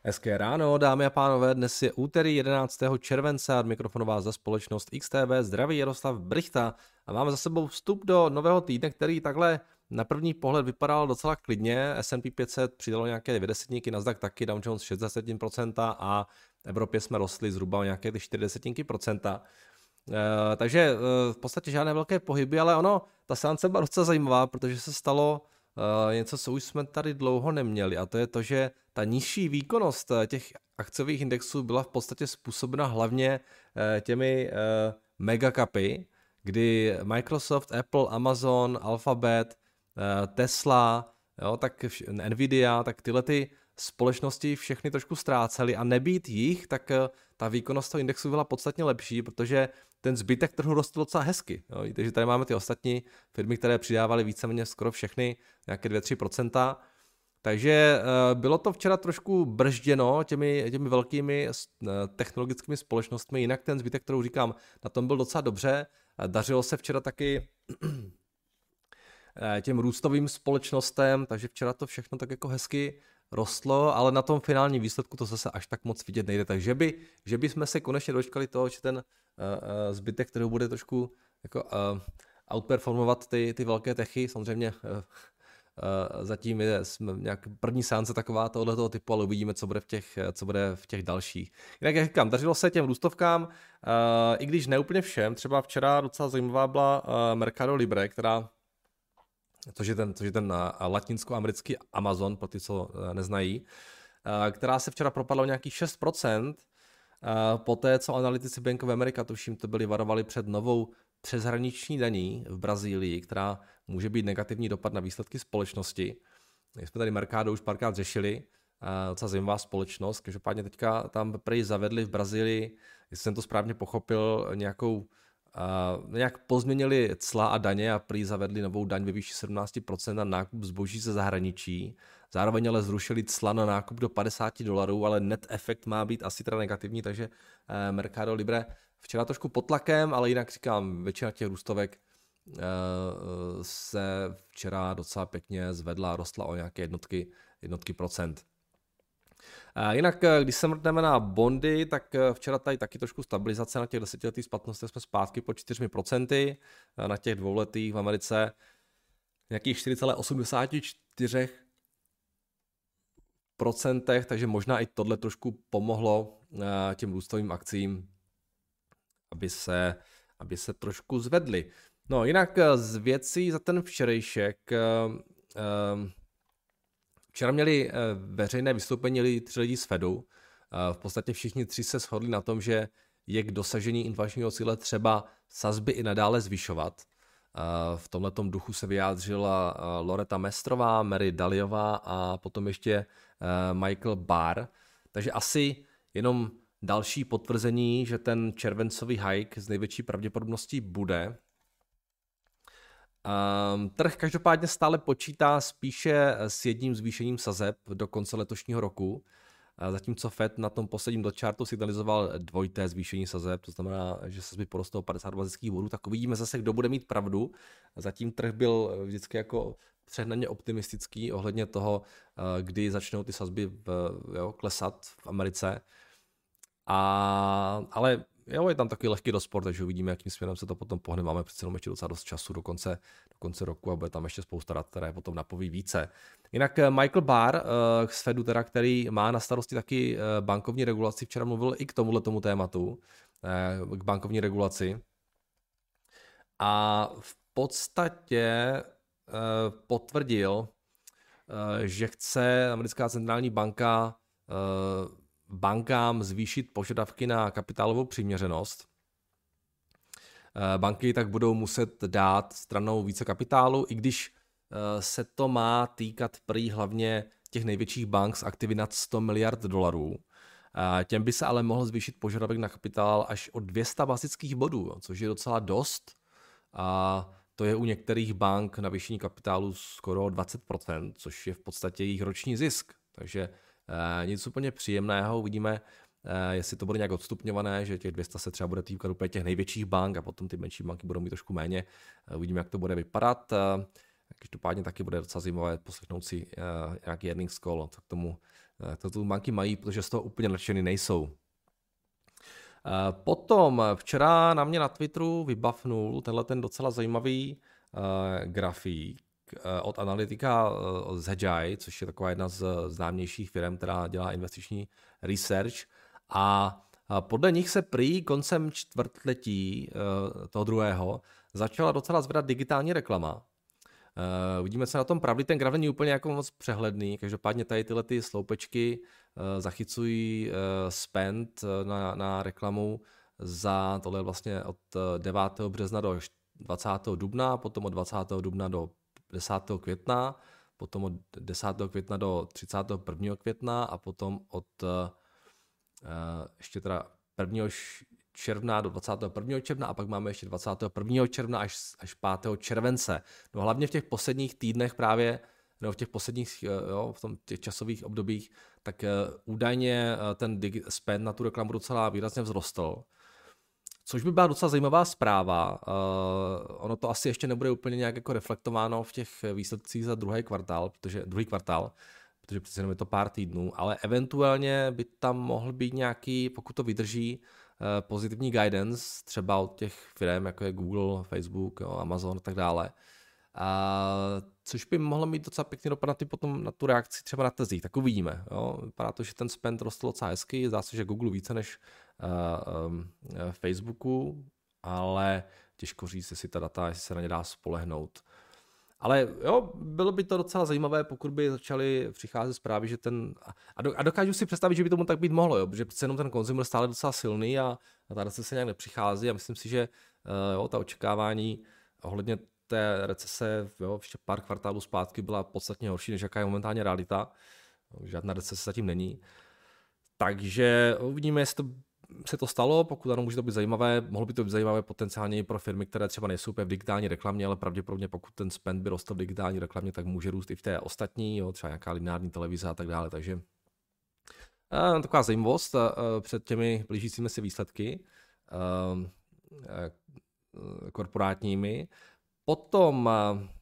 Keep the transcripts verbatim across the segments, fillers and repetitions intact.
Hezké ráno, dámy a pánové, dnes je úterý jedenáctého července a od mikrofonu vás za společnost X T B zdraví Jaroslav Brychta a máme za sebou vstup do nového týdne, který takhle na první pohled vypadal docela klidně. S and P pět set přidalo nějaké dvě desetníky, Nasdaq taky, Dow Jones šest desetin procenta a v Evropě jsme rostli zhruba o nějaké čtyři desetinky procenta. E, takže e, v podstatě žádné velké pohyby, ale ono, ta seance byla docela zajímavá, protože se stalo Uh, něco, co už jsme tady dlouho neměli, a to je to, že ta nižší výkonnost těch akciových indexů byla v podstatě způsobena hlavně uh, těmi uh, megacapy, kdy Microsoft, Apple, Amazon, Alphabet, uh, Tesla, jo, tak Nvidia, tak tyhle ty společnosti všechny trošku ztrácely a nebýt jich, tak uh, ta výkonnost toho indexu byla podstatně lepší, protože ten zbytek trhu rostl docela hezky. Jo. Takže tady máme ty ostatní firmy, které přidávaly víceméně skoro všechny, nějaké dvě až tři procenta. Takže uh, bylo to včera trošku bržděno těmi, těmi velkými uh, technologickými společnostmi, jinak ten zbytek, kterou říkám, na tom byl docela dobře. Uh, dařilo se včera taky těm růstovým společnostem, takže včera to všechno tak jako hezky rostlo, ale na tom finálním výsledku to zase až tak moc vidět nejde. Takže by, že by jsme se konečně dočkali toho, že ten uh, uh, zbytek, který bude trošku jako uh, outperformovat ty, ty velké techy, samozřejmě uh, uh, zatím je jsme nějak první seance taková tohoto typu, ale uvidíme, co bude v těch, co bude v těch dalších. Jinak jak říkám, dařilo se těm růstovkám, uh, i když ne úplně všem, třeba včera docela zajímavá byla uh, Mercado Libre, která což je ten, což je ten latinskoamerický Amazon, pro ty, co neznají, která se včera propadla o nějakých šest procent, poté, co analytici Bank of America, tuším, to byli varovali před novou přeshraniční daní v Brazílii, která může být negativní dopad na výsledky společnosti. My jsme tady Mercado už párkrát řešili, docela zajímavá společnost, každopádně teďka tam prej zavedli v Brazílii, jestli jsem to správně pochopil, nějakou Uh, nějak pozměnili cla a daně a prý zavedli novou daň ve výši sedmnáct procent na nákup zboží ze zahraničí. Zároveň ale zrušili cla na nákup do padesát dolarů, ale net efekt má být asi teda negativní, takže uh, Mercado Libre včera trošku pod tlakem, ale jinak říkám, většina těch růstovek uh, se včera docela pěkně zvedla a rostla o nějaké jednotky, jednotky procent. Jinak, když se mrtneme na bondy, tak včera tady taky trošku stabilizace na těch desetiletých splatnostech, jsme zpátky po čtyři procenta, na těch dvouletých v Americe nějakých čtyři celá osmdesát čtyři procenta, takže možná i tohle trošku pomohlo těm růstovým akcím, aby se, aby se trošku zvedly. No jinak z věcí za ten včerejšek, včera měli veřejné vystoupení tři lidi z Fedu. V podstatě všichni tři se shodli na tom, že je k dosažení inflačního cíle třeba sazby i nadále zvyšovat. V tomhletom duchu se vyjádřila Loretta Mestrová, Mary Dalyová a potom ještě Michael Barr. Takže asi jenom další potvrzení, že ten červencový hike z největší pravděpodobností bude. Um, trh každopádně stále počítá spíše s jedním zvýšením sazeb do konce letošního roku, zatímco Fed na tom posledním dotchartu signalizoval dvojité zvýšení sazeb, to znamená, že sazby porostou o padesát bazických bodů, tak uvidíme zase, kdo bude mít pravdu. Zatím trh byl vždycky jako přehnaně optimistický ohledně toho, kdy začnou ty sazby jo, klesat v Americe. A, ale jo, je tam takový lehký rozpor, takže uvidíme, jakým směrem se to potom pohne. Máme přece jenom ještě docela dost času do konce, do konce roku a bude tam ještě spousta dat, které potom napoví více. Jinak Michael Barr uh, z Fedu, teda, který má na starosti taky uh, bankovní regulaci, včera mluvil i k tomuhle tomu tématu, uh, k bankovní regulaci. A v podstatě uh, potvrdil, uh, že chce americká centrální banka uh, bankám zvýšit požadavky na kapitálovou přiměřenost. Banky tak budou muset dát stranou více kapitálu, i když se to má týkat prý hlavně těch největších bank s aktivy nad sto miliard dolarů. Těm by se ale mohl zvýšit požadavek na kapitál až o dvě stě bazických bodů, což je docela dost. A to je u některých bank navýšení kapitálu skoro dvacet procent, což je v podstatě jejich roční zisk. Takže Uh, nic úplně příjemného, uvidíme, uh, jestli to bude nějak odstupňované, že těch dvě stě se třeba bude týkat úplně těch největších bank a potom ty menší banky budou mít trošku méně. Uh, uvidíme, jak to bude vypadat. Uh, každopádně taky bude docela zajímavé poslechnout si uh, nějaký earnings call, co k tomu To tu banky mají, protože z toho úplně nadšený nejsou. Potom včera na mě na Twitteru vybavnul tenhle ten docela zajímavý grafík od analytika z Hedgeye, což je taková jedna z známějších firm, která dělá investiční research. A podle nich se prý koncem čtvrtletí toho druhého začala docela zvedat digitální reklama. Uh, uvidíme, co na tom pravdy. Ten graf není úplně jako moc přehledný, každopádně tady tyhle ty sloupečky uh, zachycují uh, spend uh, na, na reklamu za tohle vlastně od devátého března do dvacátého dubna, potom od dvacátého dubna do desátého května, potom od desátého května do třicátého prvního května a potom od uh, ještě teda prvního června do dvacátého prvního června a pak máme ještě dvacátého prvního června až, až pátého července. No hlavně v těch posledních týdnech právě, no v těch posledních, jo, v tom těch časových obdobích, tak uh, údajně uh, ten dig- spend na tu reklamu docela výrazně vzrostl. Což by byla docela zajímavá zpráva. Uh, ono to asi ještě nebude úplně nějak jako reflektováno v těch výsledcích za druhý kvartál, protože druhý kvartál, protože přece jenom je to pár týdnů, ale eventuálně by tam mohl být nějaký, pokud to vydrží, pozitivní guidance, třeba od těch firm, jako je Google, Facebook, jo, Amazon a tak dále. A což by mohlo mít docela pěkný dopad na, ty potom, na tu reakci třeba na trzích. Tak uvidíme. Jo. Vypadá to, že ten spend rostl docela hezky, zdá se, že Google více než uh, um, Facebooku, ale těžko říct, jestli ta data, jestli se na ně dá spolehnout. Ale jo, bylo by to docela zajímavé, pokud by začaly přicházet zprávy, že ten... A, do, a dokážu si představit, že by tomu tak být mohlo, jo, protože přece jenom ten konzumer stále docela silný a, a ta recese nějak nepřichází a myslím si, že uh, jo, ta očekávání ohledně té recese jo, ještě pár kvartálů zpátky byla podstatně horší, než jaká je momentálně realita. Žádná recese zatím není. Takže uvidíme, jestli to se to stalo, pokud ano, může to být zajímavé, mohlo by to být zajímavé potenciálně i pro firmy, které třeba nejsou úplně v digitální reklamě, ale pravděpodobně pokud ten spend by rostl v digitální reklamě, tak může růst i v té ostatní, jo, třeba nějaká lineární televize a tak dále, takže uh, taková zajímavost uh, před těmi blížícími si výsledky uh, uh, korporátními. Potom, uh, uh,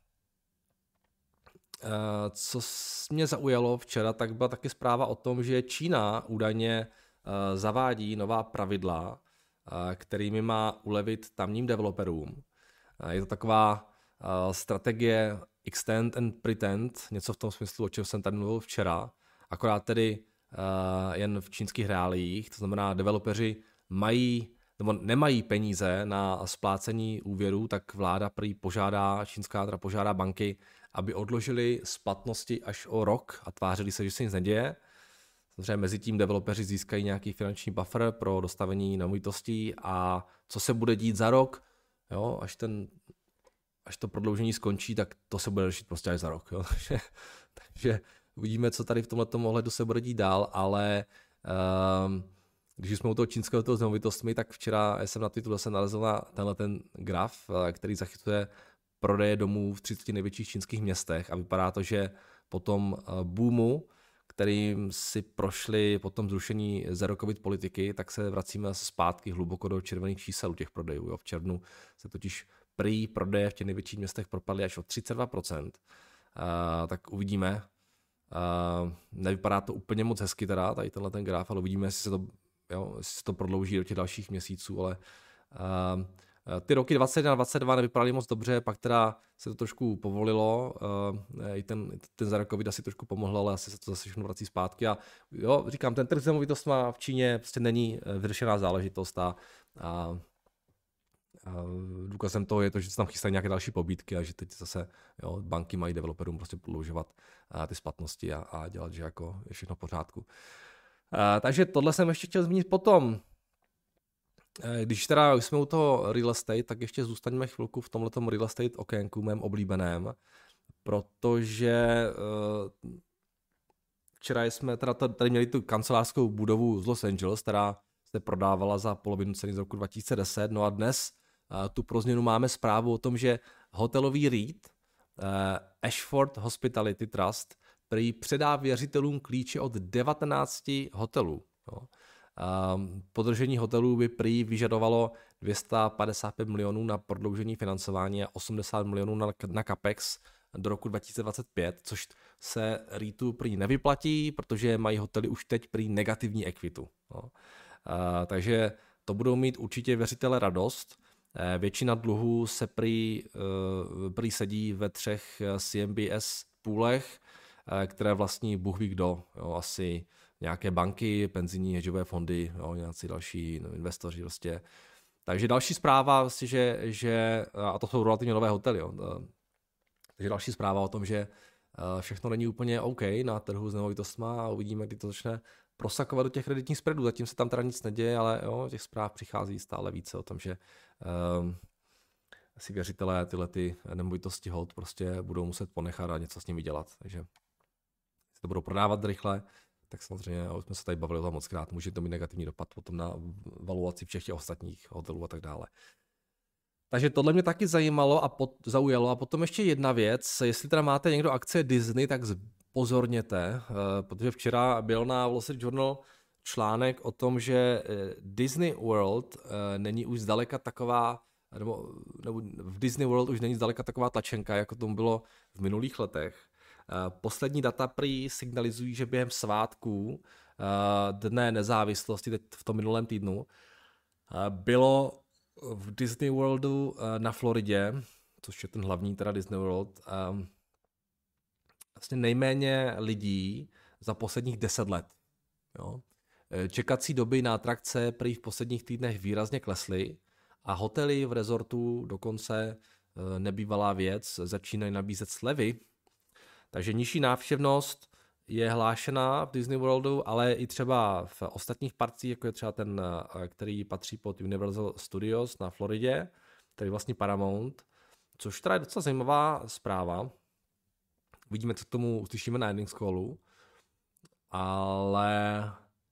co mě zaujalo včera, tak byla taky zpráva o tom, že Čína údajně zavádí nová pravidla, kterými má ulevit tamním developerům. Je to taková strategie extend and pretend, něco v tom smyslu, o čem jsem tady mluvil včera, akorát tedy jen v čínských reáliích, to znamená, developeři mají nebo nemají peníze na splácení úvěrů, tak vláda prý požádá, čínská teda požádá banky, aby odložili splatnosti až o rok a tvářili se, že se nic neděje. Samozřejmě mezi tím developeři získají nějaký finanční buffer pro dostavení nemovitostí a co se bude dít za rok, jo, až, ten, až to prodloužení skončí, tak to se bude řešit prostě až za rok. Jo. takže, takže uvidíme, co tady v tomto ohledu se bude dít dál, ale um, když jsme u toho čínského toho s nemovitostmi, tak včera jsem na Twitteru zase nalezl na tenhle ten graf, který zachycuje prodeje domů v třiceti největších čínských městech a vypadá to, že po tom boomu, kterým si prošli po tom zrušení zero covid politiky, tak se vracíme zpátky hluboko do červených čísel u těch prodejů. Jo. V červnu se totiž prý prodeje v těch největších městech propadly až o třicet dva procent. Uh, tak uvidíme. Uh, nevypadá to úplně moc hezky teda, tady tenhle ten graf, ale uvidíme, jestli se to, jo, jestli se to prodlouží do těch dalších měsíců, ale uh, ty roky dvacet jedna dvacet dva nevypadaly moc dobře, pak teda se to trošku povolilo, uh, i ten, ten zero covid asi trošku pomohl, ale asi se to zase všechno vrací zpátky a jo, říkám, ten trh s nemovitostmi v Číně prostě není vyřešená záležitost a, a, a důkazem toho je to, že se tam chystají nějaké další pobídky a že teď zase jo, banky mají developerům prostě prodlužovat ty splatnosti a, a dělat, že jako je všechno v pořádku. Uh, takže tohle jsem ještě chtěl zmínit potom. Když teda jsme u toho real estate, tak ještě zůstaňme chvilku v tomhletom real estate okénku, mém oblíbeném, protože uh, včera jsme teda tady měli tu kancelářskou budovu z Los Angeles, která se prodávala za polovinu ceny z roku dva tisíce deset, no a dnes uh, tu pro změnu máme zprávu o tom, že hotelový REIT, uh, Ashford Hospitality Trust, prý předá věřitelům klíče od devatenácti hotelů. Jo. Um, podržení hotelů by prý vyžadovalo dvě stě padesát pět milionů na prodloužení financování a osmdesát milionů na, na capex do roku dva tisíce dvacet pět, což se REITu prý nevyplatí, protože mají hotely už teď prý negativní ekvitu. No. A, takže to budou mít určitě věřitele radost. E, většina dluhů se prý, e, prý sedí ve třech C M B S půlech, e, které vlastní bůh ví kdo, jo, asi nějaké banky, penzijní hedžové fondy, jo, nějací další no, investoři prostě. Takže další zpráva, vlastně, že, že, a to jsou relativně nové hotely, jo, takže další zpráva o tom, že všechno není úplně OK na trhu s nemovitostma a uvidíme, kdy to začne prosakovat do těch kreditních spreadů. Zatím se tam teda nic neděje, ale jo, těch zpráv přichází stále více o tom, že um, si věřitelé tyhle ty nemovitosti hold prostě budou muset ponechat a něco s nimi dělat. Takže se to budou prodávat rychle, tak samozřejmě, už jsme se tady bavili o tom mockrát, může to mít negativní dopad potom na valuaci všech těch ostatních hotelů a tak dále. Takže tohle mě taky zajímalo a pod, zaujalo. A potom ještě jedna věc, jestli teda máte někdo akcie Disney, tak pozorněte, protože včera byl na Wall Street Journal článek o tom, že Disney World není už zdaleka taková, nebo, nebo v Disney World už není zdaleka taková tlačenka, jako tomu bylo v minulých letech. Poslední data prý signalizují, že během svátků Dne nezávislosti, teď v tom minulém týdnu, bylo v Disney Worldu na Floridě, což je ten hlavní teda Disney World, vlastně nejméně lidí za posledních deset let. Jo. Čekací doby na atrakce prý v posledních týdnech výrazně klesly a hotely v rezortu dokonce nebývalá věc, začínají nabízet slevy. Takže nižší návštěvnost je hlášená v Disney Worldu, ale i třeba v ostatních parcích, jako je třeba ten, který patří pod Universal Studios na Floridě, který vlastně Paramount, což teda je docela zajímavá zpráva. Vidíme, co k tomu uslyšíme na earnings callu, ale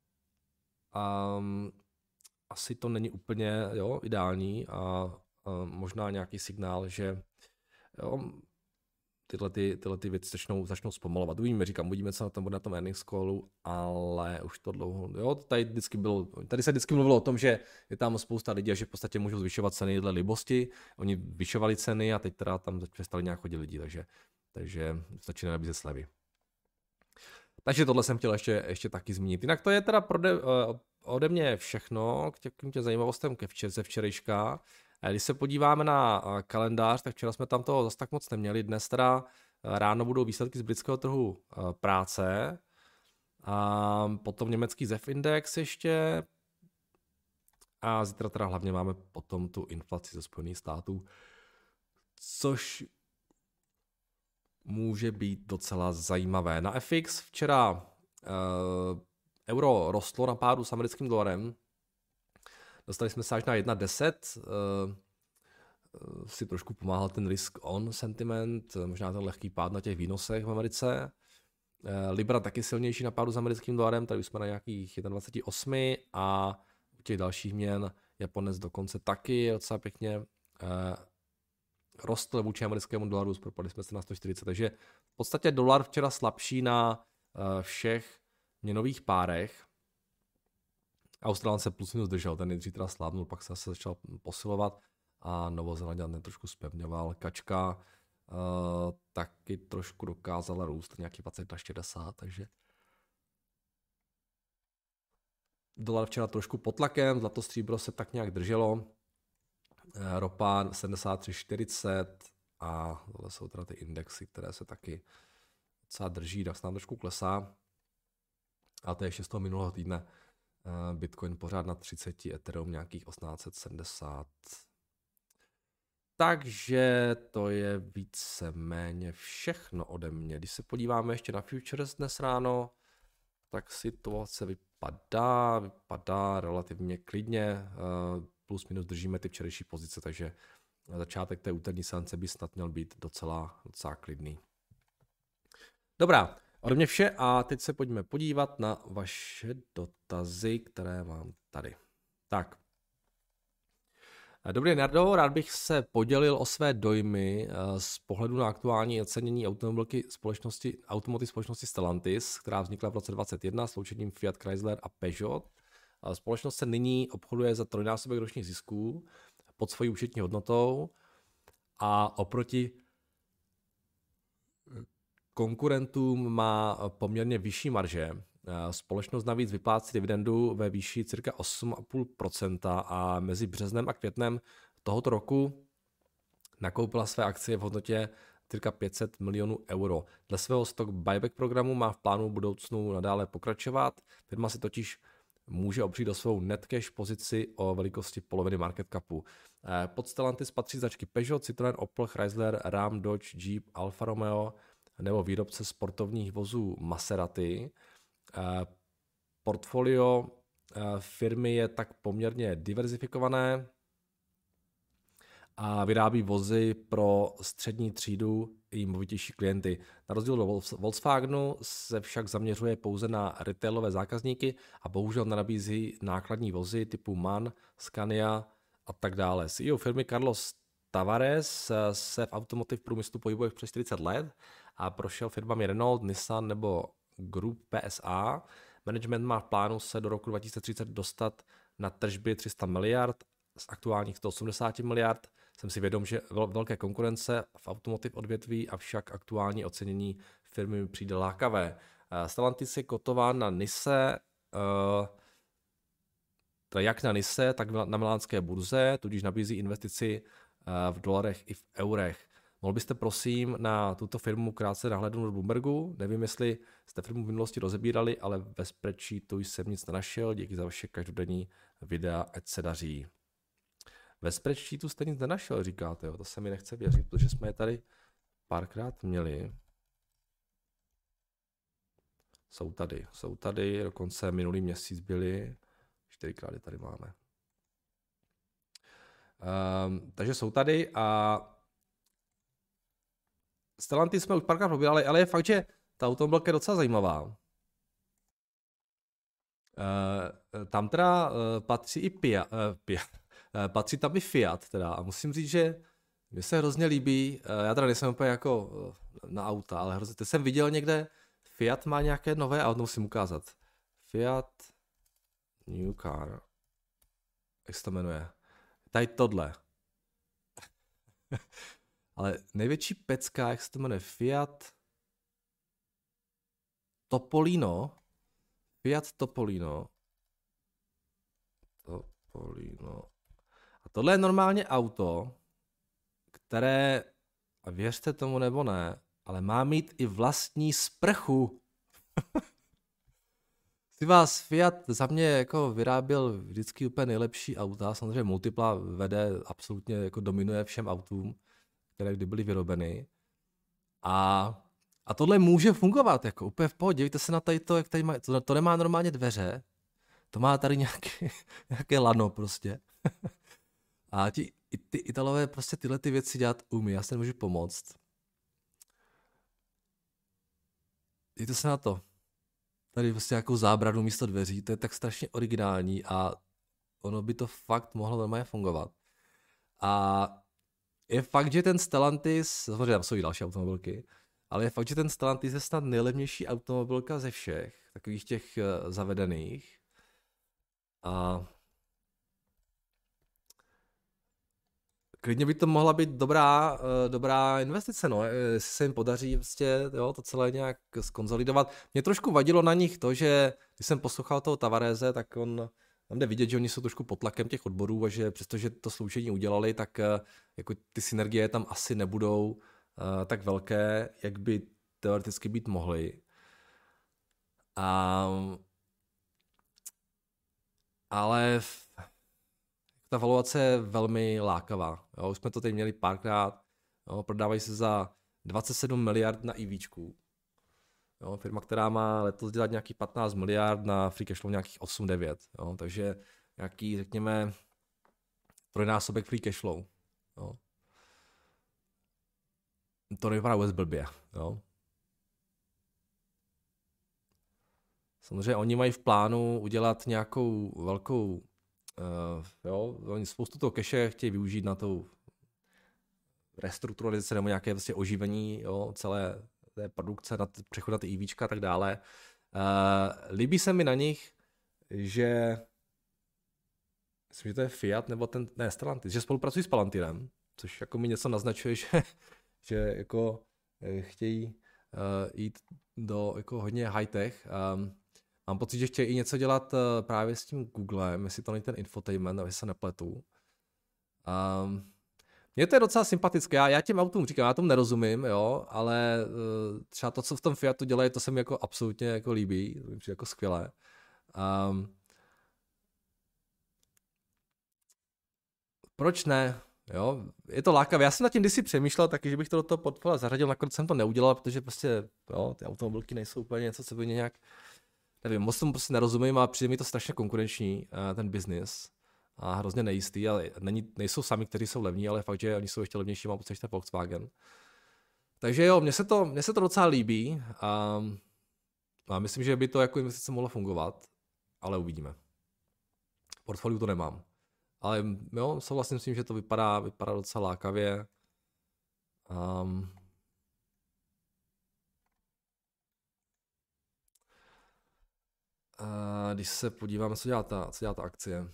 um, asi to není úplně jo, ideální a um, možná nějaký signál, že jo, tyhle, ty, tyhle ty věci začnou, začnou zpomalovat. Uvidíme, říkám, uvidíme, co na tom bude na tom earnings callu, ale už to dlouho, jo, tady, vždycky bylo, tady se vždycky mluvilo o tom, že je tam spousta lidí a že v podstatě můžou zvyšovat ceny dle libosti. Oni zvyšovali ceny a teď teda tam přestali nějak chodit lidi, takže, takže začínají nabízet slevy. Takže tohle jsem chtěl ještě, ještě taky zmínit. Jinak to je teda prode, ode mě všechno k těm, těm zajímavostem ke včer, ze včerejška. Když se podíváme na kalendář, tak včera jsme tam toho zase tak moc neměli. Dnes teda ráno budou výsledky z britského trhu práce. A potom německý Z E F index ještě. A zítra teda hlavně máme potom tu inflaci ze Spojených států, což může být docela zajímavé. Na F X včera uh, euro rostlo na pádu s americkým dolarem. Dostali jsme se až na jedna deset. Uh, si trošku pomáhal ten risk on sentiment, možná ten lehký pád na těch výnosech v Americe. Uh, Libra taky silnější na pádu s americkým dolarem, tady už jsme na nějakých dvacet osm a u těch dalších měn Japonec dokonce taky docela pěkně uh, rostl vůči americkému dolaru, propadli jsme se na sto čtyřicet, takže v podstatě dolar včera slabší na uh, všech měnových párech. Australan se plus minus držel, ten nejdřív teda slábnul, pak se zase začal posilovat a Novozélanďan trošku zpevňoval. Kačka uh, taky trošku dokázala růst, nějaký dvacet až šedesát, takže dolar včera trošku pod tlakem, zlato stříbro se tak nějak drželo. Ropa sedmdesát tři čtyřicet a tohle jsou teda ty indexy, které se taky docela drží, tak se nám trošku klesá. A to je ještě z toho minulého týdne. Bitcoin pořád na třicet, Ethereum nějakých osmnáct set sedmdesát. Takže to je víceméně všechno ode mě. Když se podíváme ještě na futures dnes ráno, tak situace vypadá, vypadá relativně klidně. Plus minus držíme ty včerejší pozice, takže na začátek té úterní seance by snad měl být docela, docela klidný. Dobrá, ode mě vše a teď se pojďme podívat na vaše dotazy, které mám tady. Tak. Dobrý, Nardo, rád bych se podělil o své dojmy z pohledu na aktuální ocenění automobilky společnosti, automotiv společnosti Stellantis, která vznikla v roce dvacet jedna s sloučením Fiat Chrysler a Peugeot. Společnost se nyní obchoduje za trojnásobek ročních zisků pod svojí účetní hodnotou a oproti konkurentům má poměrně vyšší marže. Společnost navíc vyplácí dividendu ve výši cirka osm celá pět procenta a mezi březnem a květnem tohoto roku nakoupila své akcie v hodnotě cirka pět set milionů euro. Dle svého stock buyback programu má v plánu v budoucnu nadále pokračovat. Firma si totiž může opřít do svou net cash pozici o velikosti poloviny market capu. Pod Stellantis patří značky Peugeot, Citroën, Opel, Chrysler, Ram, Dodge, Jeep, Alfa Romeo nebo výrobce sportovních vozů Maserati. Portfolio firmy je tak poměrně diverzifikované a vyrábí vozy pro střední třídu i movitější klienty. Na rozdíl od Volkswagenu se však zaměřuje pouze na retailové zákazníky a bohužel nenabízí nákladní vozy typu MAN, Scania a tak dále. C E O firmy Carlos Tavares se v automotive průmyslu pohybuje přes čtyřicet let a prošel firmami Renault, Nissan nebo Group P S A. Management má v plánu se do roku dva tisíce třicet dostat na tržby tři sta miliard z aktuálních sto osmdesát miliard. Jsem si vědom, že velké konkurence v automotive odvětví, avšak aktuální ocenění firmy mi přijde lákavé. Stellantis je kotován na Nise, teda jak na Nise, tak na milánské burze, tudíž nabízí investici v dolarech i v eurech. Mohl byste prosím na tuto firmu krátce nahlédnout do Bloombergu? Nevím, jestli jste firmu v minulosti rozebírali, ale ve spreadsheetu jsem nic nenašel. Díky za vaše každodenní videa, ať se daří. Ve spreadsheetu jste nic nenašel, říkáte, jo? To se mi nechce věřit, protože jsme je tady párkrát měli. Jsou tady, jsou tady, dokonce minulý měsíc byli, čtyřikrát je tady máme. Um, takže jsou tady a Stellantis jsme už párkrát probírali, ale je fakt, že ta automobilka je docela zajímavá. Uh, tam teda uh, patří i Pia, uh, Pia. Uh, patří tam i Fiat teda a musím říct, že mně se hrozně líbí, uh, já teda nejsem úplně jako uh, na auta, ale hrozně, teď jsem viděl někde, Fiat má nějaké nové auto, musím ukázat. Fiat New Car, jak se to jmenuje? Tady tohle. Ale největší pecka, jak se to jmenuje, Fiat Topolino. Fiat Topolino. Topolino. A tohle je normálně auto, které, a věřte tomu nebo ne, ale má mít i vlastní sprchu. Si vás, Fiat za mě jako vyráběl vždycky úplně nejlepší auta, samozřejmě Multipla vede, absolutně jako dominuje všem autům, které kdy byly vyrobeny. A, a tohle může fungovat, jako úplně v pohodě. Dívejte se na tady to, jak tady má, to, to nemá normálně dveře, to má tady nějaké, nějaké lano prostě. A ti, ty Italové prostě tyhle ty věci dělat umí, já se nemůžu pomoct. Dívejte se na to. Tady prostě nějakou zábranu místo dveří, to je tak strašně originální a ono by to fakt mohlo normálně fungovat. A je fakt, že ten Stellantis, samozřejmě tam jsou i další automobilky, ale je fakt, že ten Stellantis je snad nejlevnější automobilka ze všech, takových těch uh, zavedených. A klidně by to mohla být dobrá, uh, dobrá investice, no, jestli se jim podaří prostě, jo, to celé nějak skonzolidovat. Mě trošku vadilo na nich to, že když jsem poslouchal toho Tavarese, tak on, tam jde vidět, že oni jsou trošku pod tlakem těch odborů a že přestože to sloučení udělali, tak uh, jako ty synergie tam asi nebudou uh, tak velké, jak by teoreticky být mohly. A, ale ta valuace je velmi lákavá. Jo, už jsme to teď měli párkrát. Jo, prodávají se za dvacet sedm miliard na EVčku. Jo, firma, která má letos dělat nějakých patnáct miliard, na free cashflow nějakých osm devět. Jo, takže nějaký, řekněme, trojnásobek free cashflow. Jo. To nevypadá vůbec blbě. Jo. Samozřejmě oni mají v plánu udělat nějakou velkou Uh, jo, oni spoustu toho cache chtějí využít na tou restrukturalizaci nebo nějaké vlastně oživení, jo, celé té produkce, na t- přechod na ty EVčka a tak dále. Uh, líbí se mi na nich, že myslím, že to je Fiat nebo ten, ne, Stellantis, že spolupracují s Palantinem, což jako mi něco naznačuje, že, že jako chtějí jít do jako hodně high-tech. Um, mám pocit, že chtějí i něco dělat uh, právě s tím Googlem, jestli to není ten infotainment, aby se nepletu. Um, Mně to je docela sympatické, já, já těm autům říkám, já tomu nerozumím, jo, ale uh, třeba to, co v tom Fiatu dělají, to se mi jako absolutně jako líbí, to mi přijde jako skvělé. Um, proč ne? Jo, je to lákavé. Já jsem nad tím kdysi přemýšlel taky, že bych to do toho portfolia zařadil, nakonec jsem to neudělal, protože prostě, jo, ty automobilky nejsou úplně něco, co by mě nějak, nevím, moc tomu prostě nerozumím a přijde mi to strašně konkurenční, ten biznis a hrozně nejistý, ale není, nejsou sami, kteří jsou levní, ale fakt, že oni jsou ještě levnější, mám pocit, než ten Volkswagen. Takže jo, mně se to, mně se to docela líbí a, a myslím, že by to jako investice mohlo fungovat, ale uvidíme. V portfoliu to nemám. Ale jo, souhlasím s tím, že to vypadá, vypadá docela lákavě. Um, uh, když se podíváme, co dělá ta, co dělá ta akcie.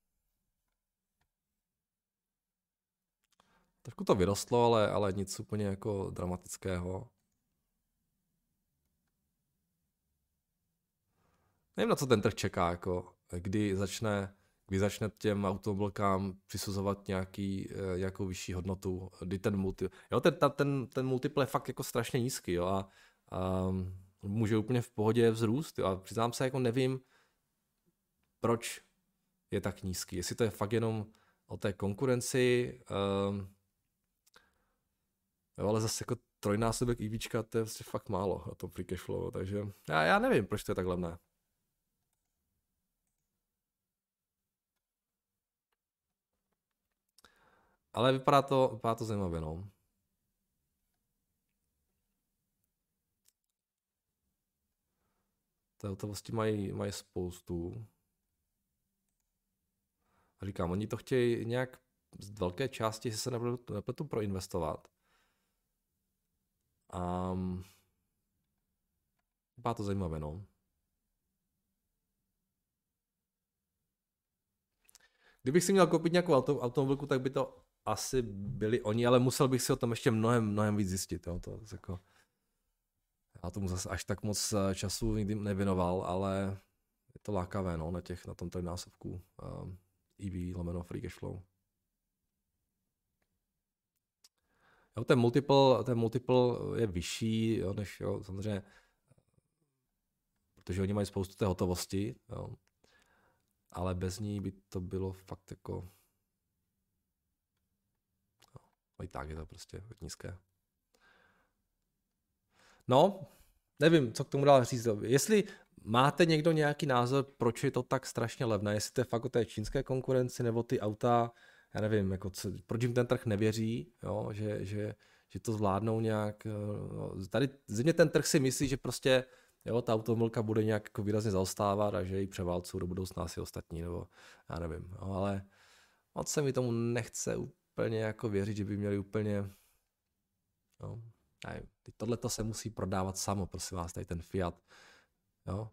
Trošku to vyrostlo, ale, ale nic úplně jako dramatického. Nevím, na co ten trh čeká, jako, kdy začne, kdy začne těm automobilkám přisuzovat nějaký, nějakou vyšší hodnotu, kdy ten multi, jo, ten, ten, ten multiple je fakt jako strašně nízký, jo, a, a může úplně v pohodě vzrůst, jo, a přiznám se, jako nevím, proč je tak nízký, jestli to je fakt jenom o té konkurenci, um, jo, ale zase jako trojnásobek EVčka, to je vlastně fakt málo na tom free cash flow, takže já, já nevím, proč to je tak levné. Ale vypadá to, vypadá to zajímavě, no. Ty hotovosti mají, mají spoustu. A říkám, oni to chtějí nějak z velké části, jestli se nepletu, nepletu proinvestovat. A vypadá to zajímavě, no. Kdybych si měl koupit nějakou auto, automobilku, tak by to asi byli oni, ale musel bych si o tom ještě mnohem, mnohem víc zjistit. Jo. To, to jako, já tomu zase až tak moc času nikdy nevěnoval, ale je to lákavé, no, na, těch, na tom trojnásobku um, E V lomeno free cash flow. Jo, ten multiple, ten multiple je vyšší, jo, než, jo, samozřejmě, protože oni mají spoustu té hotovosti, jo, ale bez ní by to bylo fakt jako, jo, i tak je to prostě nízké. No, nevím, co k tomu dál říct. Jestli máte někdo nějaký názor, proč je to tak strašně levné, jestli to je fakt o té čínské konkurenci, nebo ty auta, já nevím, jako co, proč jim ten trh nevěří, jo, že, že, že to zvládnou nějak, no, tady země ten trh si myslí, že prostě, jo, ta automobilka bude nějak jako výrazně zaostávat a že ji převálcují do budoucna asi ostatní, nebo já nevím, jo, ale moc se mi tomu nechce úplně jako věřit, že by měli úplně, jo, nevím, tohle to se musí prodávat samo, prosím vás, tady ten Fiat, jo.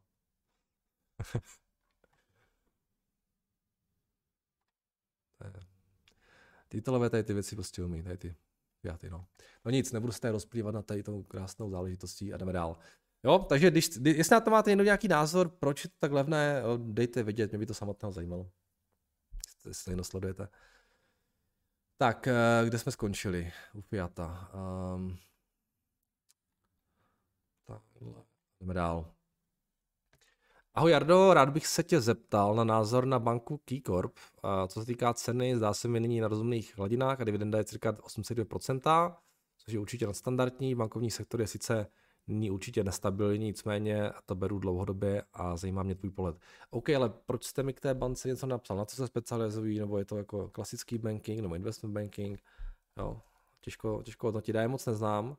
Ty tohle tady ty věci prostě umí, tady ty Fiaty, no. No nic, nebudu se tady rozplývat na tady tou krásnou záležitostí a jdeme dál. Jo, takže když, jestli na to máte někdo nějaký názor, proč je to tak levné, dejte vědět, mě by to samotného zajímalo. Jestli to sledujete. Tak, kde jsme skončili? U Fiata. Um, takhle, jdeme dál. Ahoj Jardo, rád bych se tě zeptal na názor na banku KeyCorp. Co se týká ceny, zdá se mi nyní na rozumných hladinách a dividenda je cirka osm celá dvě procenta, což je určitě nadstandardní. Bankovní sektor je sice nyní určitě nestabilní, nicméně to beru dlouhodobě a zajímá mě tvůj pohled. OK, ale proč jste mi k té bance něco napsal? Na co se specializují? Nebo je to jako klasický banking nebo investment banking? Jo, těžko, těžko hodnotit, já je moc neznám.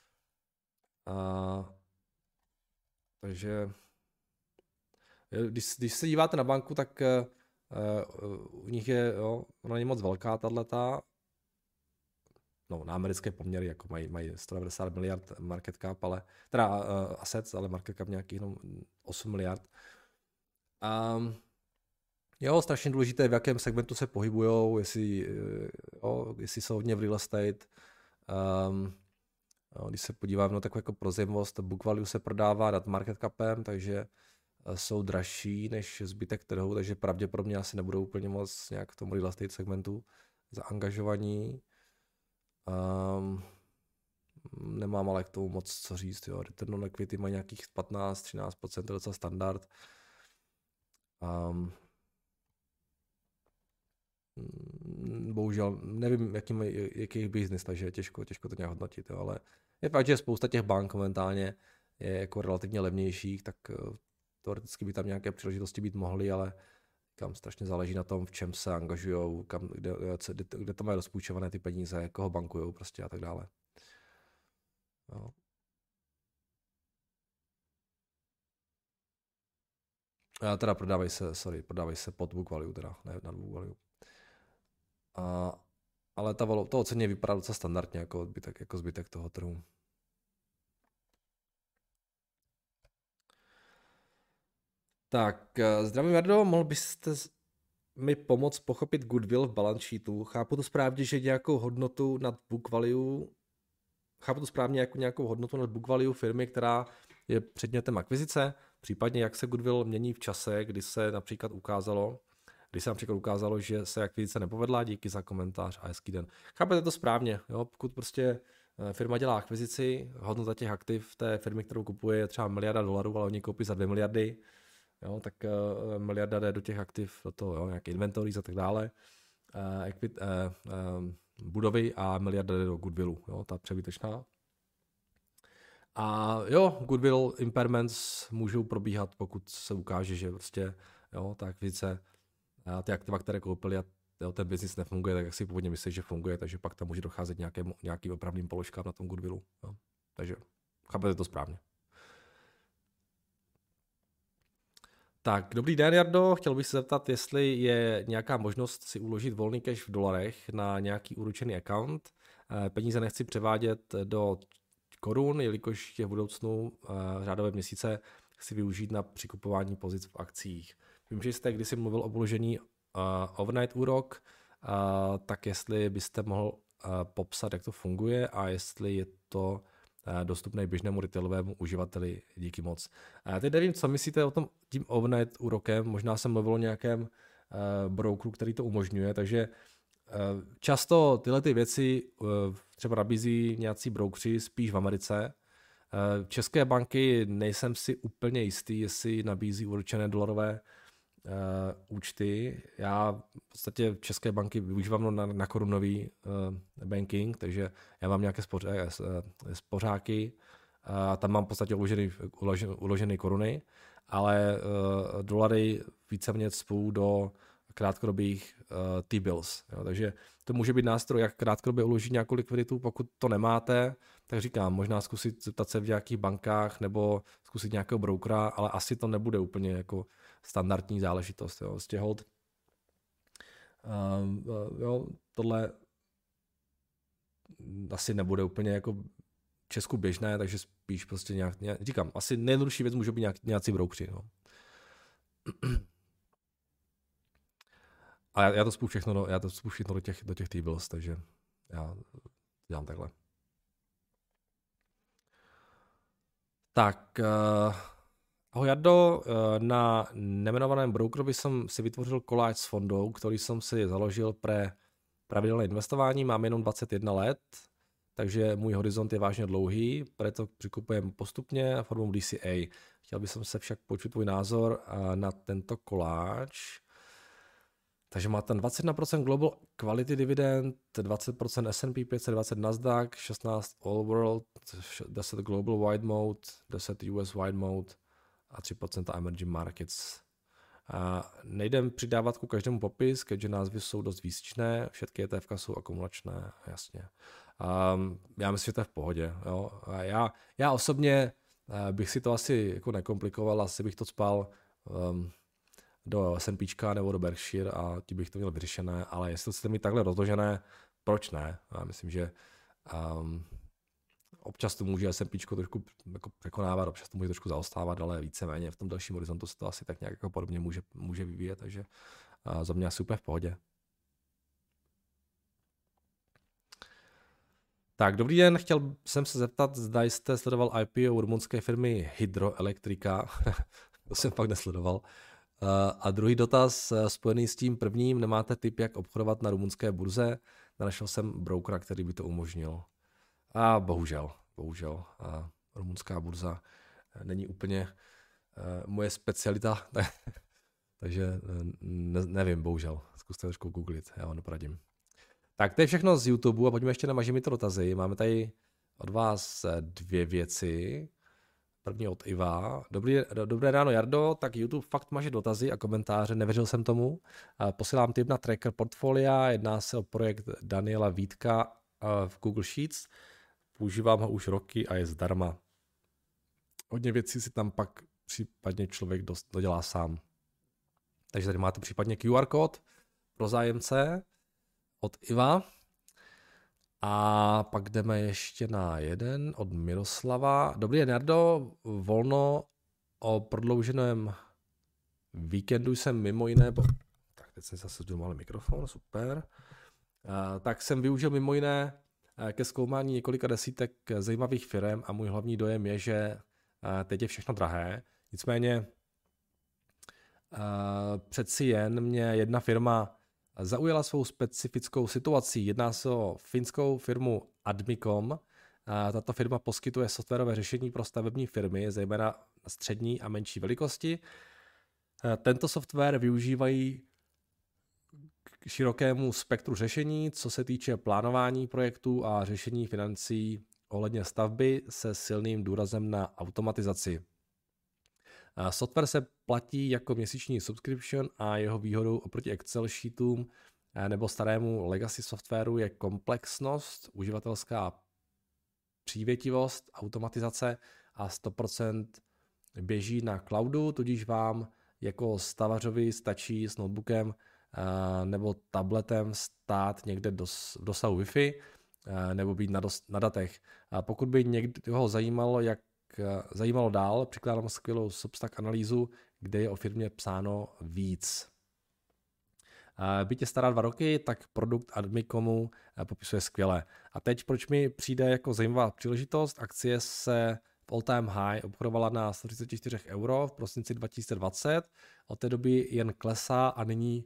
A, takže Když, když se díváte na banku, tak uh, u nich je, jo, ona není moc velká tato, no na americké poměry, jako mají, mají sto devadesát miliard market cap, ale, teda uh, assets, ale market cap nějakých jenom osm miliard. Um, jo, strašně důležité, v jakém segmentu se pohybujou, jestli, jo, jestli jsou hodně v real estate, um, Jo, když se podívám na takovou jako prozěmvost, book value se prodává nad market capem, takže jsou dražší než zbytek trhu, takže pravděpodobně asi nebudou úplně moc nějak v tom real estate segmentu zaangažovaní. Um, nemám ale k tomu moc co říct. Jo. Return on equity má nějakých patnáct až třináct procent, to je docela standard. Um, bohužel nevím, jaký, jaký je business, takže je těžko, těžko to nějak hodnotit. Jo. Ale je fakt, že spousta těch bank momentálně je jako relativně levnějších, tak teoreticky by tam nějaké příležitosti být mohly, ale tam strašně záleží na tom, v čem se angažujou, kam, kde, kde, kde to mají rozpůjčované ty peníze, koho bankujou prostě a tak dále. No. A teda prodávají se, sorry, prodávají se pod book value, teda ne nad book value. A, ale ta, to ocenění vypadá docela standardně jako zbytek, jako zbytek toho trhu. Tak, zdravím Jardo, mohl byste mi pomoct pochopit goodwill v balance sheetu? Chápu to správně, že nějakou hodnotu nad book value, chápu to správně jako nějakou hodnotu nad book value firmy, která je předmětem akvizice, případně jak se goodwill mění v čase, kdy se například ukázalo, kdy se například ukázalo, že se akvizice nepovedla, díky za komentář a hezký den. Chápete to správně, jo? Pokud prostě firma dělá akvizici, hodnota těch aktiv té firmy, kterou kupuje, je třeba miliarda dolarů, ale oni koupí za dvě miliardy, jo, tak uh, miliarda jde do těch aktiv, do toho, jo, nějaké inventories a tak dále, uh, equit, uh, uh, budovy a miliarda jde do goodwillu, jo, ta přebytečná. A jo, goodwill impairments můžou probíhat, pokud se ukáže, že prostě, jo, ta akvizice, uh, ty aktiva, které koupili a jo, ten business nefunguje tak, jak si původně myslí, že funguje, takže pak tam může docházet nějakým, nějakým opravným položkám na tom goodwillu, jo. Takže chápete to správně. Tak, dobrý den, Jardo. Chtěl bych se zeptat, jestli je nějaká možnost si uložit volný cash v dolarech na nějaký úručený account. Peníze nechci převádět do korun, jelikož je v budoucnu řádové měsíce chci využít na přikupování pozic v akcích. Vím, že jste kdysi mluvil o uložení overnight úrok, tak jestli byste mohl popsat, jak to funguje a jestli je to dostupné běžnému retailovému uživateli, díky moc. A teď nevím, co myslíte o tom tím overnight úrokem, možná jsem mluvil o nějakém uh, brokeru, který to umožňuje, takže uh, často tyhle ty věci uh, třeba nabízí nějací brokeři spíš v Americe. Uh, české banky nejsem si úplně jistý, jestli nabízí určené dolarové uh, účty. Já v podstatě české banky využívám na, na korunový uh, banking, takže já mám nějaké spoře, uh, spořáky a uh, tam mám v podstatě uložený, uložený, uložený koruny, ale uh, dolary víceméně cpou do krátkodobých uh, T-bills. Jo, takže to může být nástroj, jak krátkodobě uložit nějakou likviditu, pokud to nemáte, tak říkám, možná zkusit zeptat se v nějakých bankách nebo zkusit nějakého brokera, ale asi to nebude úplně jako standardní záležitost. Jo. Vlastně hold, uh, uh, jo, tohle asi nebude úplně jako Česku běžné, takže spíš prostě nějak, nějak říkám, asi nejjednodušší věc může být nějak, nějací broukři. No. A já, já to spůjdu všechno, do, já to spůjdu všechno do těch, do těch T-bills, takže já dělám takhle. Tak, uh, ahoj Jardo, uh, na nemenovaném brokerovi jsem si vytvořil koláč s fondou, který jsem si založil pre pravidelné investování, mám jenom dvacet jedna let, takže můj horizont je vážně dlouhý, proto přikupujem postupně formou D C A. Chtěl bych se však počít tvůj názor na tento koláč. Takže má ten dvacet jedna procent Global Quality Dividend, dvacet procent S and P pět set dvacet Nasdaq, šestnáct All World, deset Global Wide Mode, deset U S Wide Mode a tři procenta Emerging Markets. A nejdem přidávat ku každému popis, keďže názvy jsou dost výstižné, všetky E T F jsou akumulačné, jasně. Um, já myslím, že to je v pohodě. Jo. A já, já osobně uh, bych si to asi jako nekomplikoval, asi bych to spal um, do SNPčka nebo do Berkshire a ti bych to měl vyřešené, ale jestli chcete mít takhle rozložené, proč ne? Já myslím, že um, občas to může SNPčko trošku jako překonávat, občas to může trošku zaostávat, ale víceméně v tom dalším horizontu se to asi tak nějak jako podobně může, může vyvíjet, takže uh, za mě asi úplně v pohodě. Tak, dobrý den, chtěl jsem se zeptat, zda jste sledoval I P O rumunské firmy Hydroelektrika. To jsem fakt nesledoval. A druhý dotaz spojený s tím prvním, nemáte tip, jak obchodovat na rumunské burze? Nenašel jsem brokera, který by to umožnil. A bohužel, bohužel. A rumunská burza není úplně moje specialita, takže ne, nevím, bohužel. Zkuste trošku googlit, já vám doporadím. Tak to je všechno z YouTube a pojďme ještě na Mažimito dotazy. Máme tady od vás dvě věci. První od Iva. Dobrý, dobré ráno, Jardo. Tak YouTube fakt maže dotazy a komentáře, nevěřil jsem tomu. Posílám tip na tracker portfolia, jedná se o projekt Daniela Vítka v Google Sheets. Používám ho už roky a je zdarma. Hodně věcí si tam pak případně člověk dost dodělá sám. Takže tady máte případně Q R kód pro zájemce od Iva. A pak jdeme ještě na jeden od Miroslava. Dobrý den, Jardo. Volno o prodlouženém víkendu jsem mimo jiné... Bo... Tak teď jsem zase zdělal mikrofon, super. Uh, tak jsem využil mimo jiné ke zkoumání několika desítek zajímavých firm a můj hlavní dojem je, že uh, teď je všechno drahé. Nicméně uh, přeci jen mě jedna firma zaujala svou specifickou situací. Jedná se o finskou firmu Admicom. Tato firma poskytuje softwarové řešení pro stavební firmy, zejména střední a menší velikosti. Tento software využívají k širokému spektru řešení, co se týče plánování projektů a řešení financí ohledně stavby se silným důrazem na automatizaci. Software se platí jako měsíční subscription a jeho výhodou oproti Excel sheetům nebo starému legacy softwaru je komplexnost, uživatelská přívětivost, automatizace a sto procent běží na cloudu, tudíž vám jako stavařovi stačí s notebookem nebo tabletem stát někde v dosahu Wi-Fi nebo být na, dos, na datech. Pokud by někoho zajímalo, jak zajímalo dál, přikládám skvělou Substack analýzu, kde je o firmě psáno víc. Byť je stará dva roky, tak produkt Admicomu popisuje skvěle. A teď, proč mi přijde jako zajímavá příležitost, akcie se v all time high obchodovala na sto třicet čtyři euro v prosinci dva tisíce dvacet, od té doby jen klesá a nyní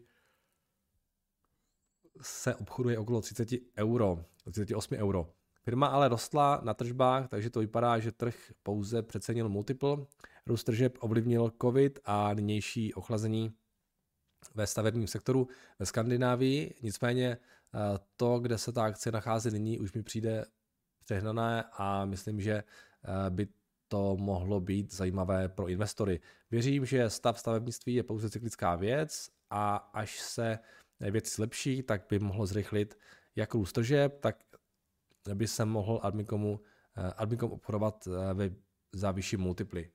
se obchoduje okolo třicet euro, třicet osm euro. Firma ale rostla na tržbách, takže to vypadá, že trh pouze přecenil multiple. Růst tržeb ovlivnil COVID a nynější ochlazení ve stavebním sektoru ve Skandinávii. Nicméně to, kde se ta akce nachází nyní, už mi přijde přehnané a myslím, že by to mohlo být zajímavé pro investory. Věřím, že stav stavebnictví je pouze cyklická věc a až se věci zlepší, tak by mohlo zrychlit jak růst tržeb, tak by se mohl Admicomu, Admicom obchodovat ve, za vyšší multiply.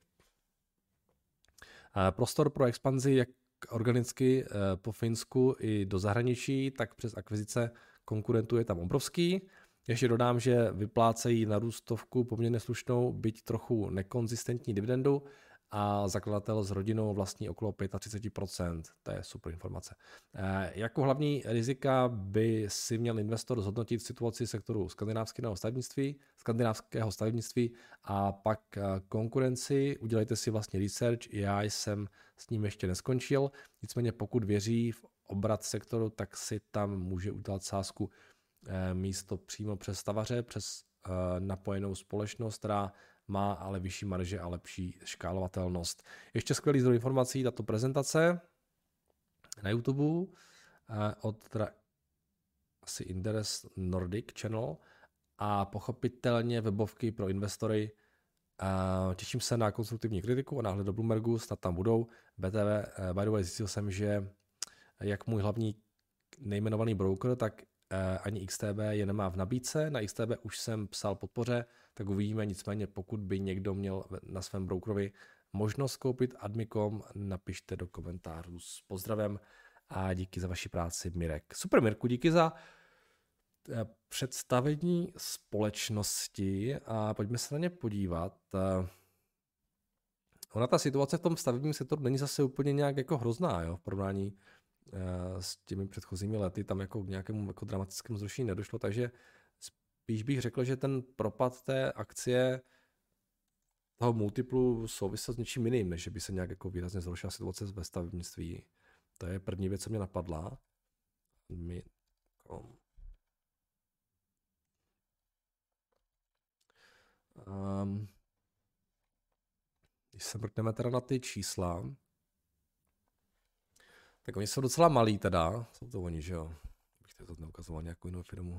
Prostor pro expanzi jak organicky po Finsku i do zahraničí, tak přes akvizice konkurentů je tam obrovský. Ještě dodám, že vyplácejí na růstovku poměrně slušnou, byť trochu nekonzistentní dividendu a zakladatel s rodinou vlastní okolo třicet pět procent. To je super informace. E, jako hlavní rizika by si měl investor zhodnotit situaci sektoru skandinávského stavebnictví, skandinávského stavebnictví a pak konkurenci. Udělejte si vlastně research, já jsem s ním ještě neskončil. Nicméně pokud věří v obrat sektoru, tak si tam může udělat sázku e, místo přímo přes stavaře, přes e, napojenou společnost, která má ale vyšší marže a lepší škálovatelnost. Ještě skvělý zdroj informací, tato prezentace na YouTube od teda asi Inderes Nordic Channel a pochopitelně webovky pro investory. Těším se na konstruktivní kritiku a náhled do Bloombergu, snad tam budou. B T V, by the way, zjistil jsem, že jak můj hlavní nejmenovaný broker, tak ani X T B je nemá v nabídce. Na X T B už jsem psal podpoře, tak uvidíme. Nicméně pokud by někdo měl na svém brokerovi možnost koupit Admicom, napište do komentářů s pozdravem a díky za vaši práci, Mirek. Super, Mirku, díky za představení společnosti a pojďme se na ně podívat. Ona ta situace v tom stavebním sektoru není zase úplně nějak jako hrozná, jo, v porovnání s těmi předchozími lety, tam jako k nějakému jako dramatickému zrušení nedošlo, takže spíš bych řekl, že ten propad té akcie toho multiplu souvisel s něčím jiným, než že by se nějak jako výrazně zhoršila situace ve stavebnictví. To je první věc, co mě napadla. My, um, když se mrkneme teda na ty čísla, tak oni jsou docela malí teda, jsou to oni, že jo? Bych to neukazoval nějakou jinou firmu.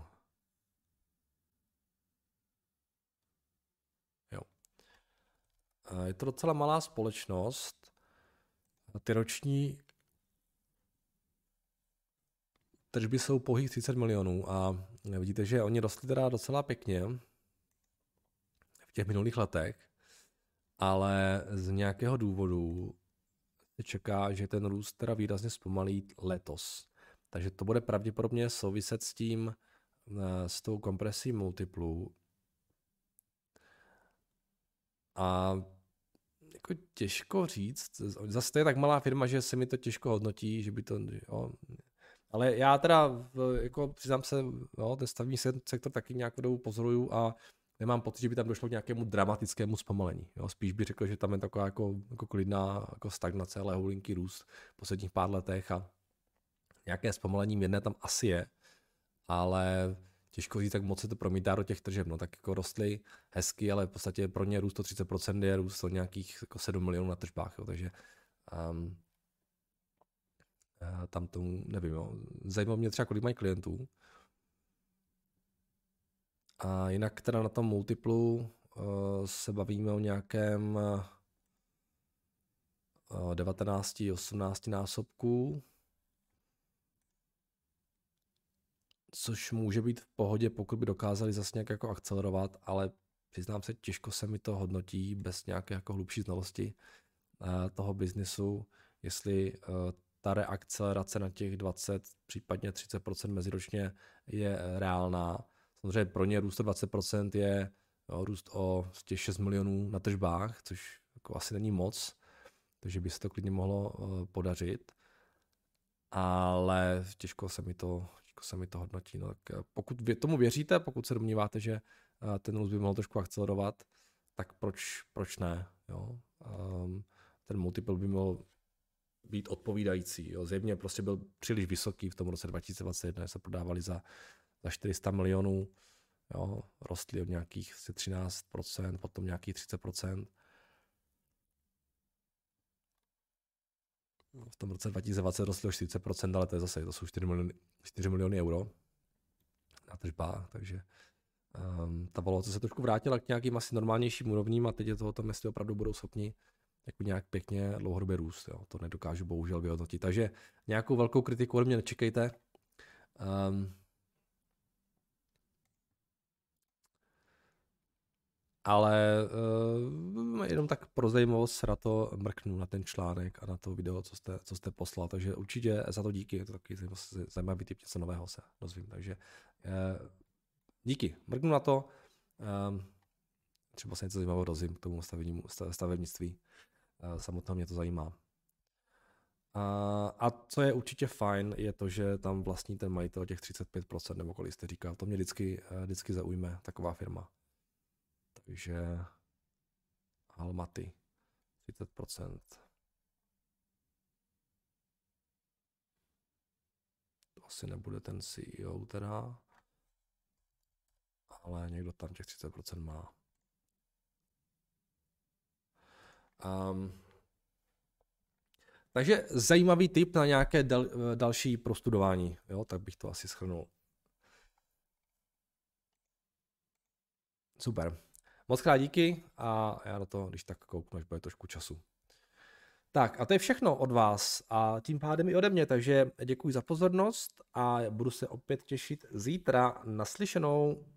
Jo. Je to docela malá společnost. Ty roční tržby jsou pouhých třicet milionů a vidíte, že oni rostli teda docela pěkně v těch minulých letech, ale z nějakého důvodu se čeká, že ten růst teda výrazně zpomalí letos. Takže to bude pravděpodobně souviset s tím, s tou kompresí multiplů. A jako těžko říct, zase to je tak malá firma, že se mi to těžko hodnotí, že by to, jo. Ale já teda, jako přiznám se, jo, ten stavební sektor taky nějak dobu pozoruju a nemám pocit, že by tam došlo k nějakému dramatickému zpomalení. Jo. Spíš bych řekl, že tam je taková jako, jako klidná jako stagnace, ale houlinký růst v posledních pár letech a nějaké zpomalení mírné tam asi je, ale těžko říct, tak moc se to promítá do těch tržeb. No, tak jako rostly hezky, ale v podstatě pro ně růst o třicet procent je růst o nějakých jako sedm milionů na tržbách. Jo, takže um, tam tomu nevím. Jo. Zajímalo mě třeba, kolik mají klientů. A jinak teda na tom multiplu uh, se bavíme o nějakém uh, devatenáct osmnáct násobků, což může být v pohodě, pokud by dokázali zase nějak jako akcelerovat, ale přiznám se, těžko se mi to hodnotí bez nějaké jako hlubší znalosti uh, toho biznisu, jestli uh, ta reakcelerace na těch dvacet, případně třicet procent meziročně je reálná. Samozřejmě pro ně růst o dvacet procent je jo, růst o těch šest milionů na tržbách, což jako asi není moc, takže by se to klidně mohlo uh, podařit, ale těžko se mi to, těžko se mi to hodnotí. No, tak pokud vy tomu věříte, pokud se domníváte, že uh, ten růst by mohl trošku akcelerovat, tak proč, proč ne? Jo? Um, ten multiple by mohl být odpovídající. Jo? Zjevně prostě byl příliš vysoký v tom roce dva tisíce dvacet jedna, se prodávali za za čtyři sta milionů, jo, rostly od nějakých třináct procent, potom nějakých třicet procent. V tom roce dva tisíce dvacet rostly o čtyřicet procent, ale to je zase, to jsou čtyři miliony, čtyři miliony euro na tržbách, takže um, ta valuace se trošku vrátila k nějakým asi normálnějším úrovním a teď je to o tom, jestli opravdu budou schopni jako nějak pěkně dlouhodobě růst. Jo. To nedokážu bohužel vyhodnotit. Takže nějakou velkou kritiku ode mě nečekejte. Um, Ale uh, jenom tak pro zajímavost se na to mrknu, na ten článek a na to video, co jste, co jste poslal. Takže určitě za to díky, je to taky zajímavý typ, něco nového se dozvím. Takže uh, díky, mrknu na to. Um, třeba se něco zajímavého dozvím k tomu stavebnictví. Uh, samotného mě to zajímá. Uh, a co je určitě fajn, je to, že tam vlastní ten majitel těch třicet pět procent, nebo kolik jste říkal. To mě vždycky, uh, vždycky zaujme, taková firma. Takže Almaty, třicet procent. To asi nebude ten C E O teda, ale někdo tam těch třicet procent má. Um, takže zajímavý tip na nějaké dal, další prostudování, jo, tak bych to asi shrnul. Super. Moc krát díky a já na to, když tak kouknu, až bude trošku času. Tak a to je všechno od vás a tím pádem i ode mě, takže děkuji za pozornost a budu se opět těšit zítra. Naslyšenou.